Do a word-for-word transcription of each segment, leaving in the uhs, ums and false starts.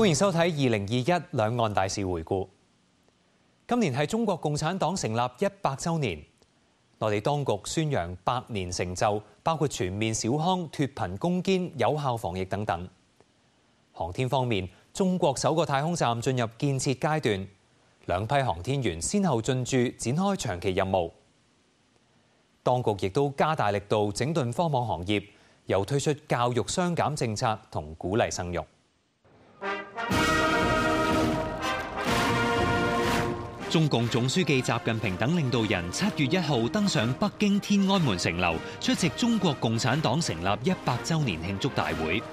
歡迎收睇二零二一兩岸大事回顧。今年係中國共產黨成立一百週年，內地當局宣揚百年成就，包括全面小康、脫貧攻堅、有效防疫等等。航天方面，中國首個太空站進入建設階段，兩批航天員先後進駐，展開長期任務。當局亦都加大力度整頓科網行業，又推出教育雙減政策同鼓勵生育。中共總書記習近平等領導人七月一號登上北京天安門城樓，出席中國共產黨成立一百週年慶祝大會。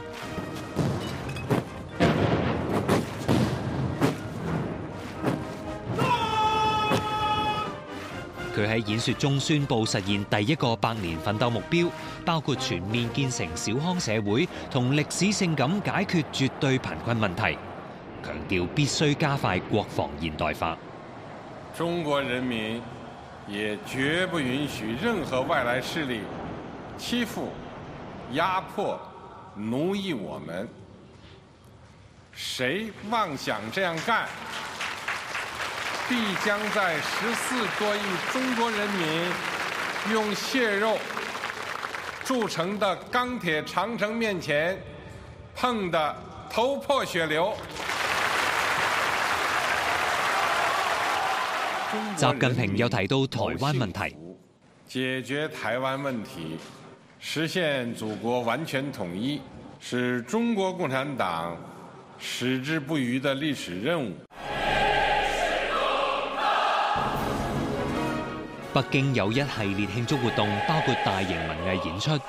佢喺演說中宣布實現第一個百年奮鬥目標，包括全面建成小康社會同歷史性咁解決絕對貧困問題，強調必須加快國防現代化。 中國人民也絕不允許任何外來勢力欺負、壓迫、奴役我們。誰妄想這樣幹，必將在十四多億中國人民用血肉鑄成的鋼鐵長城面前碰得頭破血流。 習近平又提到台灣問題， 解決台灣問題，實現祖國完全統一，是中國共產黨矢志不渝的歷史任務。 北京有一系列慶祝活動，包括大型文藝演出。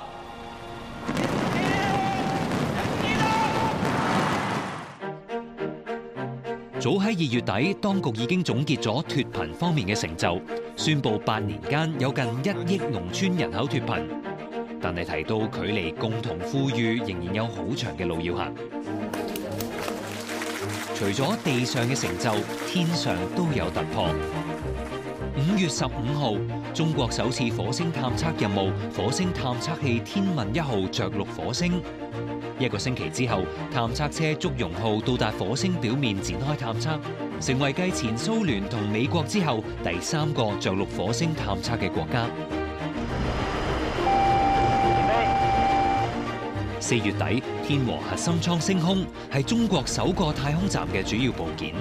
早喺二月底，當局已經總結咗脫貧方面嘅成就，宣布八年間有近一億農村人口脫貧。但係提到距離共同富裕仍然有好長嘅路要行。除咗地上嘅成就，天上都有突破。五月十五號，中國首次火星探測任務火星探測器天問一號着陸火星。一個星期之後，探測車祝融號到達火星表面展開探測，成為繼前蘇聯同美國之後第三個着陸火星探測嘅國家。四月底，天和核心艙升空，係中國首個太空站嘅主要部件。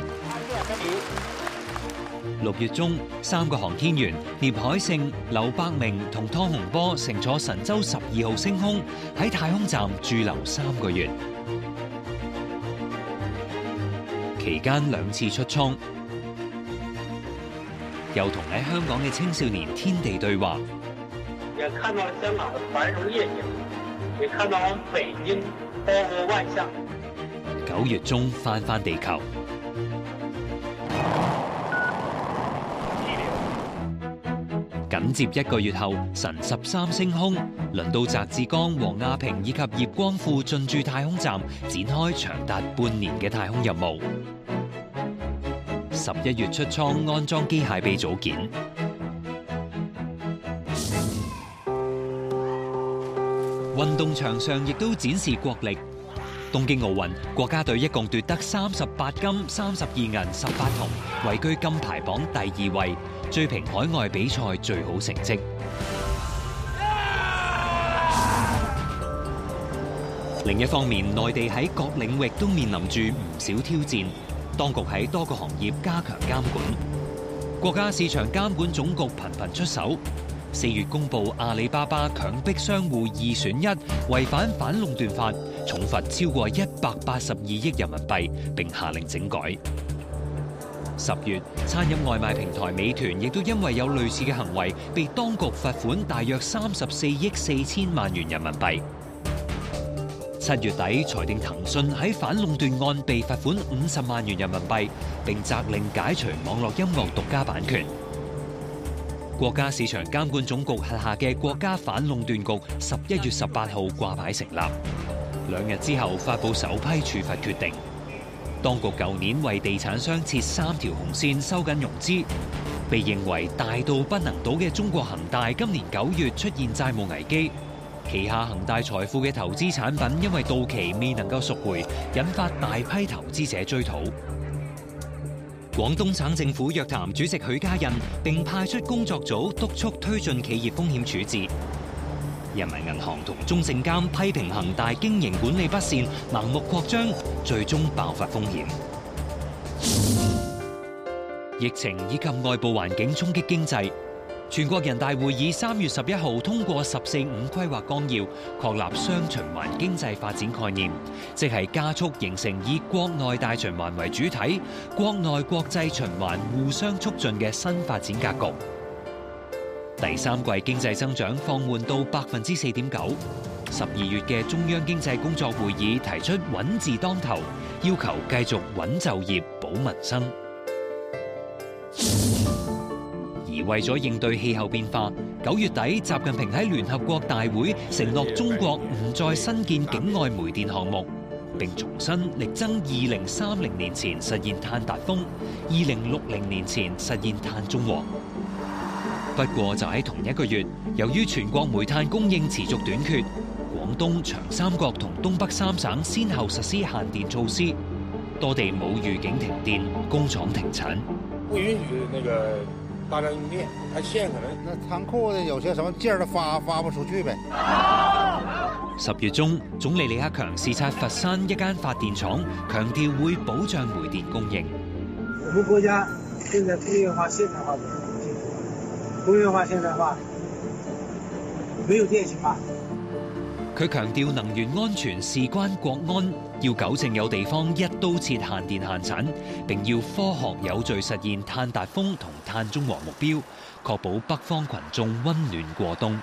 六月中，三個航天員聶海勝、劉伯明同湯洪波乘坐神舟十二號升空，喺太空站駐留三個月。期間兩次出艙，又同喺香港嘅青少年天地對話。 也看到香港的繁榮夜景，也看到我們北京包羅萬象。 九月中返返地球。緊接一個月後，神十三升空，輪到翟志剛、王亞平以及葉光富進駐太空站，展開長達半年嘅太空任務。十一月出艙安裝機械臂組件。運動場上亦都展示國力。東京奧運，國家隊一共奪得三十八金、三十二銀、十八銅，位居金牌榜第二位，追平海外比賽最好成績。另一方面，內地喺各領域都面臨住唔少挑戰，當局喺多個行業加強監管。國家市場監管總局頻頻出手。四月公布阿里巴巴強迫商戶二選一，違反反壟斷法，重罰超過一百八十二億人民幣，並下令整改。十月，餐飲外賣平台美團亦都因為有類似嘅行為，被當局罰款大約三十四億四千萬元人民幣。七月底，裁定騰訊喺反壟斷案被罰款五十萬元人民幣，並責令解除網絡音樂獨家版權。國家市場監管總局轄下嘅國家反壟斷局十一月十八號掛牌成立，兩日之後發布首批處罰決定。當局舊年為地產商設三條紅線收緊融資，被認為大到不能倒嘅中國恒大今年九月出現債務危機。 旗下恒大財富嘅投資產品因為到期未能夠贖回，引發大批投資者追討。廣東省政府約談主席許家印，並派出工作組督促推進企業風險處置。人民銀行同中證監批評恒大經營管理不善、盲目擴張，最終爆發風險。疫情以及外部環境衝擊經濟。全國人大會議三月十一號通過《十四五規劃綱要》，確立雙循環經濟發展概念，即係加速形成以國內大循環為主體、國內國際循環互相促進嘅新發展格局。第三季經濟增長放緩到百分之四點九。十二月嘅中央經濟工作會議提出穩字當頭，要求繼續穩就業、保民生。而為咗應對氣候變化，九月底習近平喺聯合國大會承諾中國唔再新建境外煤電項目，並重申力爭二零三零年前實現碳達峰，二零六零年前實現碳中和。不過就喺同一個月，由於全國煤炭供應持續短缺，廣東、長三角同東北三省先後實施限電措施，多地冇預警停電，工廠停產。 不允許那個大量用電，它線可能那倉庫的有些什麼件兒都發發不出去唄。 十月中，總理李克強視察佛山一間發電廠，強調會保障煤電供應。 我們國家現在工業化現代化的工業化現代化沒有電氣化。 佢強調能源安全事關國安，要糾正有地方一刀切限電限產，並要科學有序實現碳達峰同碳中和目標，確保北方群眾溫暖過冬。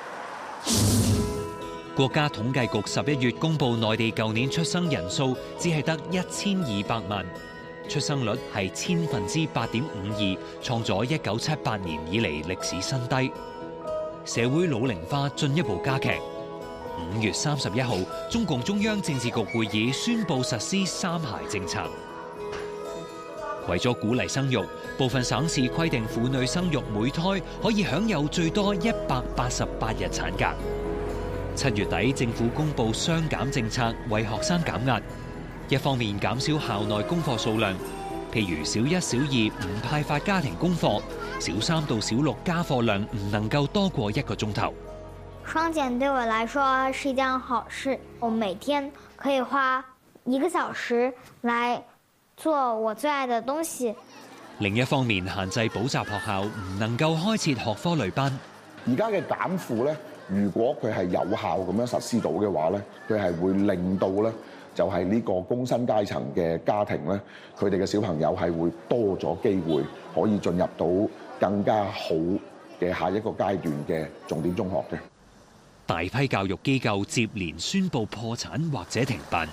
國家統計局十一月公布內地舊年出生人數只係得一千二百萬，出生率係千分之八點五二，創咗一九七八年以嚟歷史新低。社會老齡化進一步加劇。五月三十一號，中共中央政治局會議宣布實施三孩政策。為咗鼓勵生育，部分省市規定婦女生育每胎可以享有最多一百八十八日產假。七月底，政府公布雙減政策，為學生減壓。一方面減少校內功課數量，譬如小一、小二唔派發家庭功課，小三到小六家課量唔能夠多過一個鐘頭。 雙減對我來說是一件好事，我每天可以花一個小時來做我最愛的東西。 另一方面，限制補習學校唔能夠開設學科類班。 而家嘅減負咧，如果佢係有效咁樣實施到嘅話咧，佢係會令到咧就係呢個工薪階層嘅家庭咧，佢哋嘅小朋友係會多咗機會可以進入到更加好嘅下一個階段嘅重點中學嘅。 大批教育機構接連宣布破產或者停辦，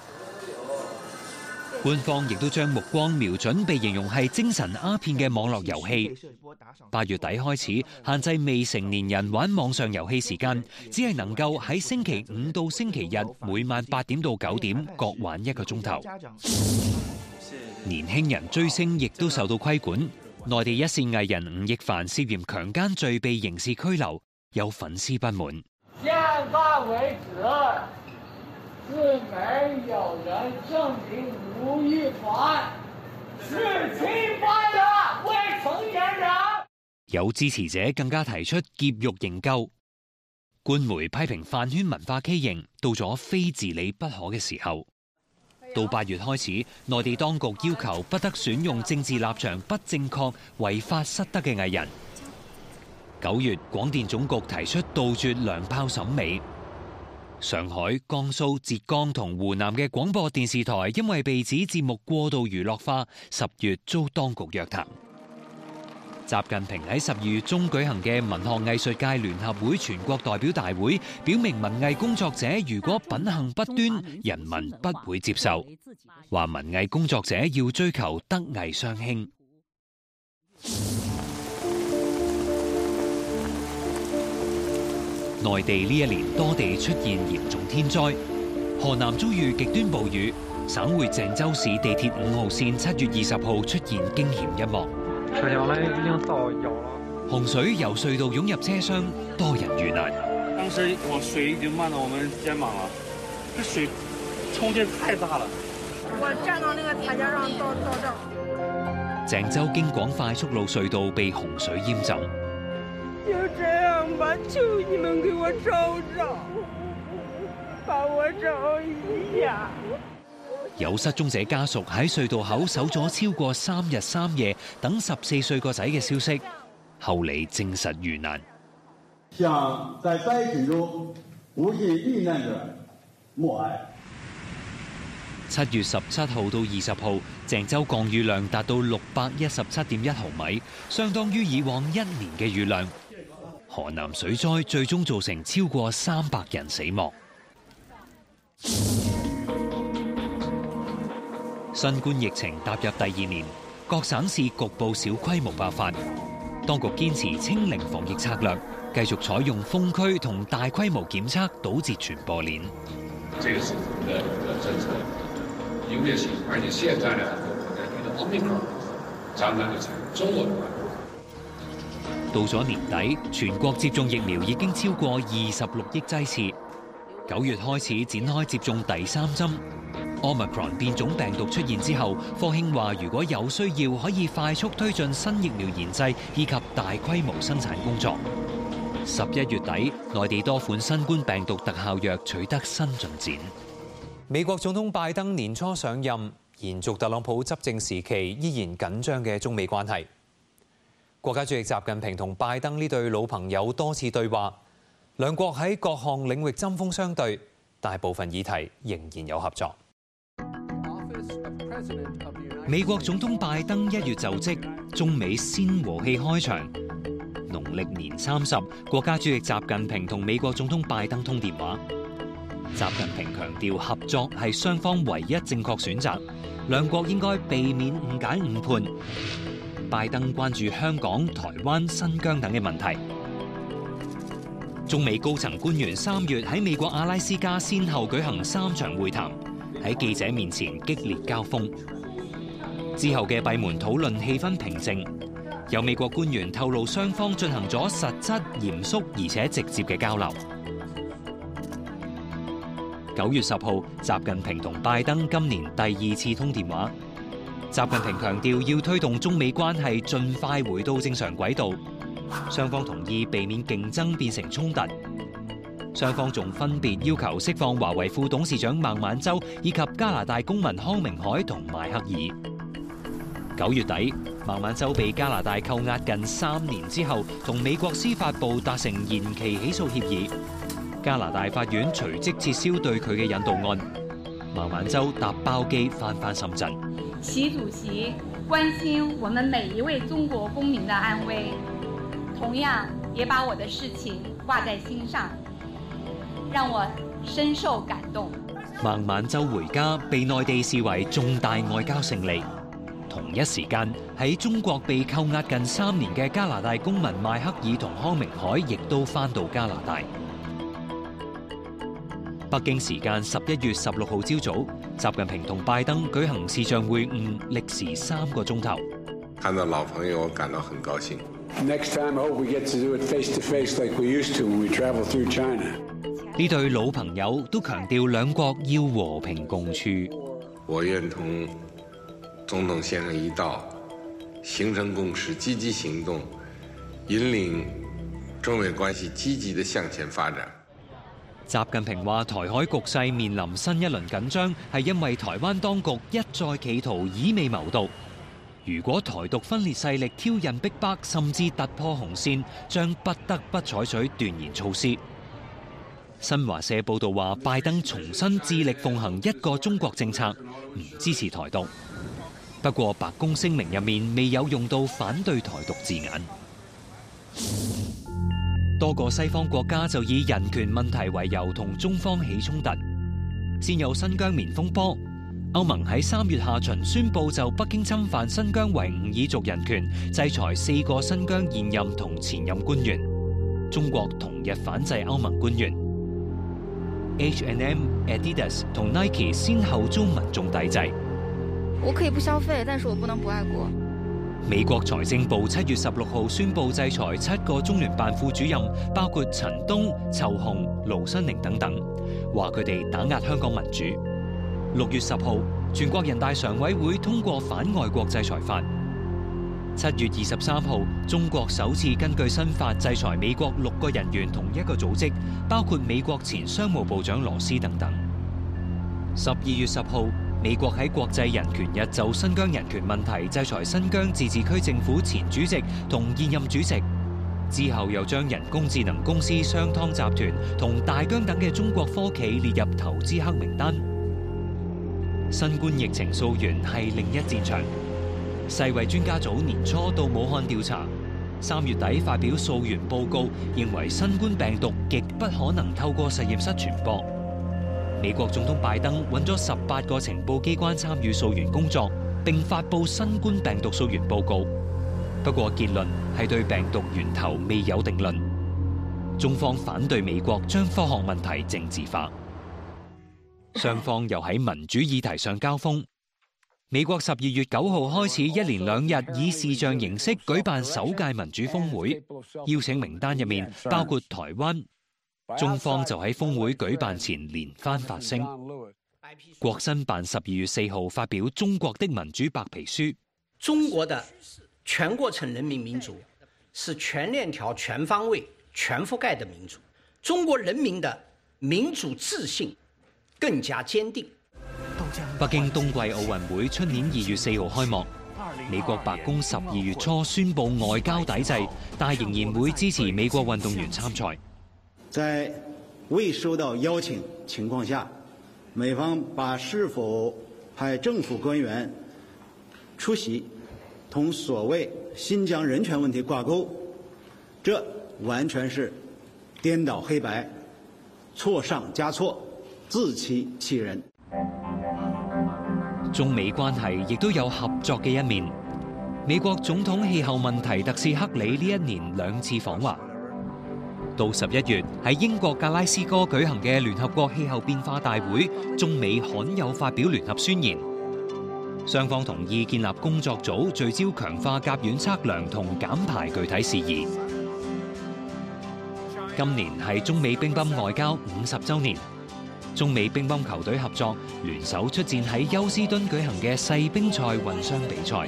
官方亦都將目光瞄準被形容係精神鴉片嘅網絡遊戲。八月底開始限制未成年人玩網上遊戲時間，只係能夠喺星期五到星期日每晚八點到九點各玩一個鐘頭。年輕人追星亦都受到規管。內地一線藝人吳亦凡涉嫌強姦罪被刑事拘留，有粉絲不滿。 現在為止，是沒有人證明吳亦凡是侵犯了未成年人。 有支持者更加提出劫獄營救。官媒批評飯圈文化畸形，到咗非治理不可嘅時候。到八月開始，內地當局要求不得選用政治立場不正確、違法失德嘅藝人。九月，廣電總局提出杜絕娘炮審美。上海、江蘇、浙江同湖南嘅廣播電視台因為被指節目過度娛樂化，十月遭當局約談。習近平喺十二月中舉行嘅文學藝術界聯合會全國代表大會，表明文藝工作者如果品行不端，人民不會接受。話文藝工作者要追求德藝雙馨。內地呢一年多地出現嚴重天災，河南遭遇極端暴雨，省會鄭州市地鐵五號線七月二十號出現驚險一幕。 車輛呢已經受搖了， 洪水由隧道湧入車廂，多人遇難。 当時我水已經漫到我們肩膀了，這水衝勁太大了。 我站到那個台階上到到這兒。 鄭州京廣快速路隧道被洪水淹浸。 就這樣吧，求你們給我找找，把我找一下。 有失蹤者家屬喺隧道口守咗超過三日三夜，等十四歲個仔嘅消息，後嚟證實遇難。 向在災情中不幸遇難者默哀。 七月十七號到二十號，鄭州降雨量達到六百一十七點一毫米，相當於以往一年嘅雨量。河南水災最終造成超過三百人死亡。新冠疫情踏入第二年，各省市局部小規模爆發。當局堅持清零防疫策略，繼續採用封區同大規模檢測堵截傳播鏈。 這個是我們的一個政策優越性，而且現在呢，我們遇到 Omicron，將來就成中國的。 到咗年底，全國接種疫苗已經超過二十六億劑次。九月開始展開接種第三針。Omicron 變種病毒出現之後，科興話如果有需要，可以快速推進新疫苗研製以及大規模生產工作。十一月底，內地多款新冠病毒特效藥取得新進展。 美國總統拜登年初上任，延續特朗普執政時期依然緊張嘅中美關係。國家主席習近平同拜登呢對老朋友多次對話，兩國喺各項領域針鋒相對，大部分議題仍然有合作。 美國總統拜登一月就職，中美先和氣開場。農曆年三十，國家主席習近平同美國總統拜登通電話。習近平強調合作係雙方唯一正確選擇，兩國應該避免誤解誤判。拜登關注香港、台灣、新疆等嘅問題。中美高層官員三月喺美國阿拉斯加先後舉行三場會談，喺記者面前激烈交鋒。之後嘅閉門討論氣氛平靜，有美國官員透露雙方進行咗實質、嚴肅而且直接嘅交流。九月十號，習近平同拜登今年第二次通電話。習近平強調要推動中美關係盡快回到正常軌道，雙方同意避免競爭變成衝突。雙方仲分別要求釋放華為副董事長孟晚舟以及加拿大公民康明凱同邁克爾。九月底，孟晚舟被加拿大扣押近三年之後，同美國司法部達成延期起訴協議。加拿大法院隨即撤銷對佢嘅引渡案。孟晚舟搭包機翻返深圳。 習主席關心我們每一位中國公民的安危，同樣也把我的事情掛在心上，讓我深受感動。 孟晚舟回家被內地視為重大外交勝利。同一時間，喺中國被扣押近三年嘅加拿大公民邁克爾同康明凱亦都返到加拿大。北京時間十一月十六號朝早，習近平同拜登舉行視像會晤，歷時三個鐘頭。 看到老朋友，我感到很高興。 Next time, I hope we get to do it face to face like we used to when we travel through China. 呢對老朋友都強調兩國要和平共處。 我願同總統先生一道，形成共識，積極行動，引領中美關係積極地向前發展。 習近平話：台海局勢面臨新一輪緊張，係因為台灣當局一再企圖以美謀獨。如果台獨分裂勢力挑釁逼迫，甚至突破紅線，將不得不採取斷然措施。新華社報道話，拜登重新致力奉行一個中國政策，唔支持台獨。不過，白宮聲明入面未有用到反對台獨字眼。多個西方國家就以人權問題為由同中方起衝突，先有新疆棉風波。歐盟喺三月下旬宣布就北京侵犯新疆維吾爾族人權，制裁四個新疆現任同前任官員。中國同日反制歐盟官員。H and M、Adidas 同 Nike 先後遭民眾抵制。 我可以不消費，但是我不能不愛國。 美國財政部七月十六號宣布制裁七個中聯辦副主任，包括陳東、仇鴻、盧新寧等等，話佢哋打壓香港民主。六月十號，全國人大常委會通過反外國制裁法。七月二十三號，中國首次根據新法制裁美國六個人員同一個組織，包括美國前商務部長羅斯等等。十二月十號，美國喺國際人權日就新疆人權問題制裁新疆自治區政府前主席同現任主席，之後又將人工智能公司商湯集團同大疆等嘅中國科企列入投資黑名單。新冠疫情溯源係另一戰場。世衛專家組年初到武漢調查，三月底發表溯源報告，認為新冠病毒極不可能透過實驗室傳播。美國總統拜登揾咗十八個情報機關參與溯源工作，並發布新冠病毒溯源報告。不過結論係對病毒源頭未有定論。中方反對美國將科學問題政治化，雙方又喺民主議題上交鋒。美國十二月九號開始一連兩日以視像形式舉辦首屆民主峰會，邀請名單入面包括台灣。中方就喺峰會舉辦前連番發聲。國新辦十二月四號發表《中國的民主白皮書》， 中國的全過程人民民主是全鏈條、全方位、全覆蓋的民主。中國人民的民主自信更加堅定。 北京冬季奧運會出年二月四號開幕，美國白宮十二月初宣布外交抵制，但仍然會支持美國運動員參賽。 在未收到邀請情況下，美方把是否派政府官員出席同所謂新疆人權問題掛鈎，這完全是顛倒黑白、錯上加錯、自欺欺人。 中美關係亦都有合作嘅一面。美國總統氣候問題特使克里呢一年兩次訪華。到十一月喺英國格拉斯哥舉行嘅聯合國氣候變化大會，中美罕有發表聯合宣言，雙方同意建立工作組，聚焦強化甲烷測量同減排具體事宜。今年係中美乒乓外交五十週年。中美乒乓球隊合作，聯手出戰喺休斯敦舉行嘅世乒賽混雙比賽。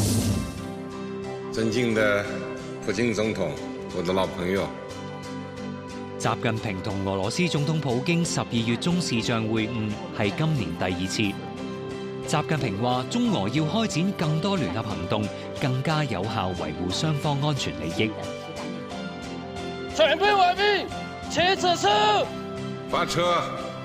尊敬的普京總統，我的老朋友。 習近平同俄羅斯總統普京十二月中視像會晤，係今年第二次。習近平話：中俄要開展更多聯合行動，更加有效維護雙方安全利益。 準備完畢，請指示。 發車。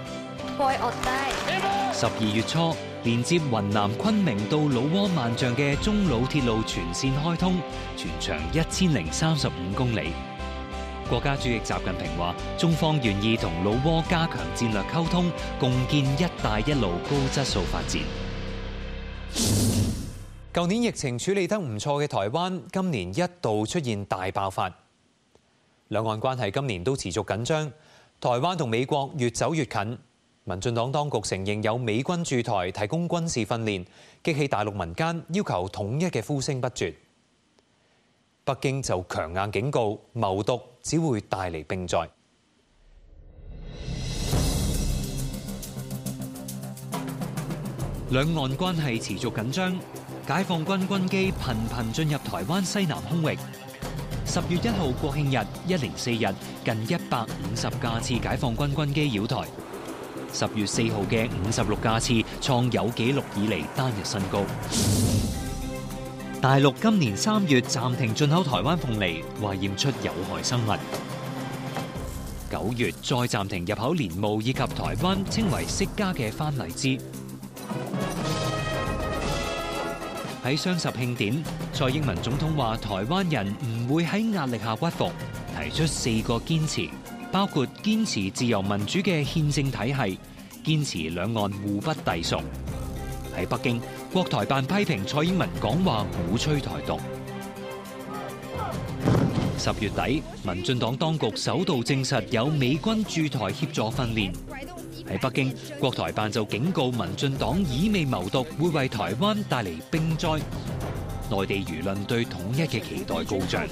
十二月初，連接雲南昆明到老撾萬象嘅中老鐵路全線開通，全長一千零三十五公里。國家主席習近平話：中方願意同老撾加強戰略溝通，共建「一帶一路」高質素發展。 舊年疫情處理得唔錯嘅台灣，今年一度出現大爆發。兩岸關係今年都持續緊張，台灣同美國越走越近。民進黨當局承認有美軍駐台提供軍事訓練，激起大陸民間要求統一嘅呼聲不絕。北京就強硬警告，謀獨只會帶嚟兵災。 兩岸關係持續緊張，解放軍軍機頻頻進入台灣西南空域。十月一號國慶日，一連四日，近一百五十架次解放軍軍機繞台。十月四號嘅五十六架次，創有紀錄以嚟單日新高。大陸今年三月暫停進口台灣鳳梨，話驗出有害生物。九月再暫停入口蓮霧以及台灣稱為釋迦嘅番荔枝。喺雙十慶典，蔡英文總統話：台灣人唔會喺壓力下屈服，提出四個堅持。包括堅持自由民主嘅憲政體系，堅持兩岸互不隸屬。喺北京，國台辦批評蔡英文講話鼓吹台獨。十月底，民進黨當局首度證實有美軍駐台協助訓練。喺北京，國台辦就警告民進黨以美謀獨會為台灣帶嚟兵災。 內地輿論對統一嘅期待高漲。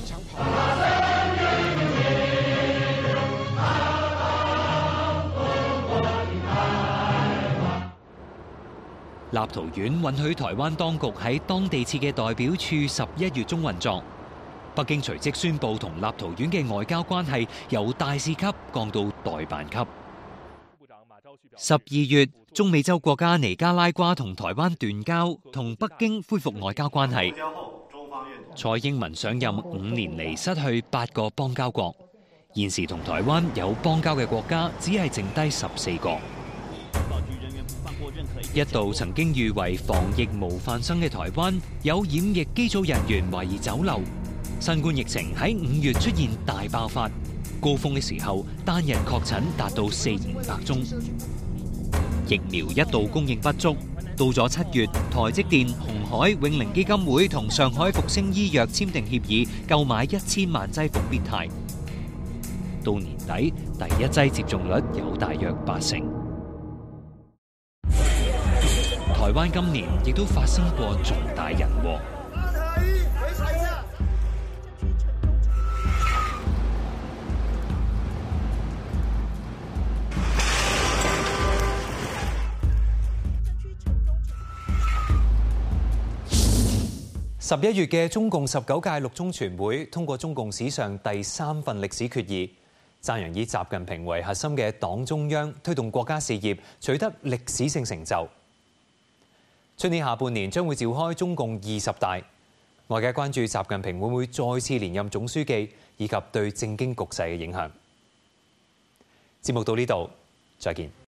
立陶宛允許台灣當局喺當地設嘅代表處十一月中運作。北京隨即宣布同立陶宛嘅外交關係由大使級降到代辦級。十二月，中美洲國家尼加拉瓜同台灣斷交，同北京恢復外交關係。蔡英文上任五年嚟失去八個邦交國，現時同台灣有邦交嘅國家只係剩低十四個。一度曾經譽為防疫模範生嘅台灣，有染疫機組人員懷疑走漏。新冠疫情喺五月出現大爆發，高峰嘅時候單日確診達到四五百宗。疫苗一度供應不足，到咗七月，台積電、鴻海、永齡基金會同上海復星醫藥簽訂協議，購買一千萬劑復必泰。到年底，第一劑接種率有大約八成。台灣今年亦都發生過重大人禍。 十一月嘅中共十九屆六中全會通過中共史上第三份歷史決議，讚揚以習近平為核心嘅黨中央推動國家事業取得歷史性成就。出年下半年將會召開中共二十大，外界關注習近平會唔會再次連任總書記，以及對政經局勢嘅影響。節目到呢度，再見。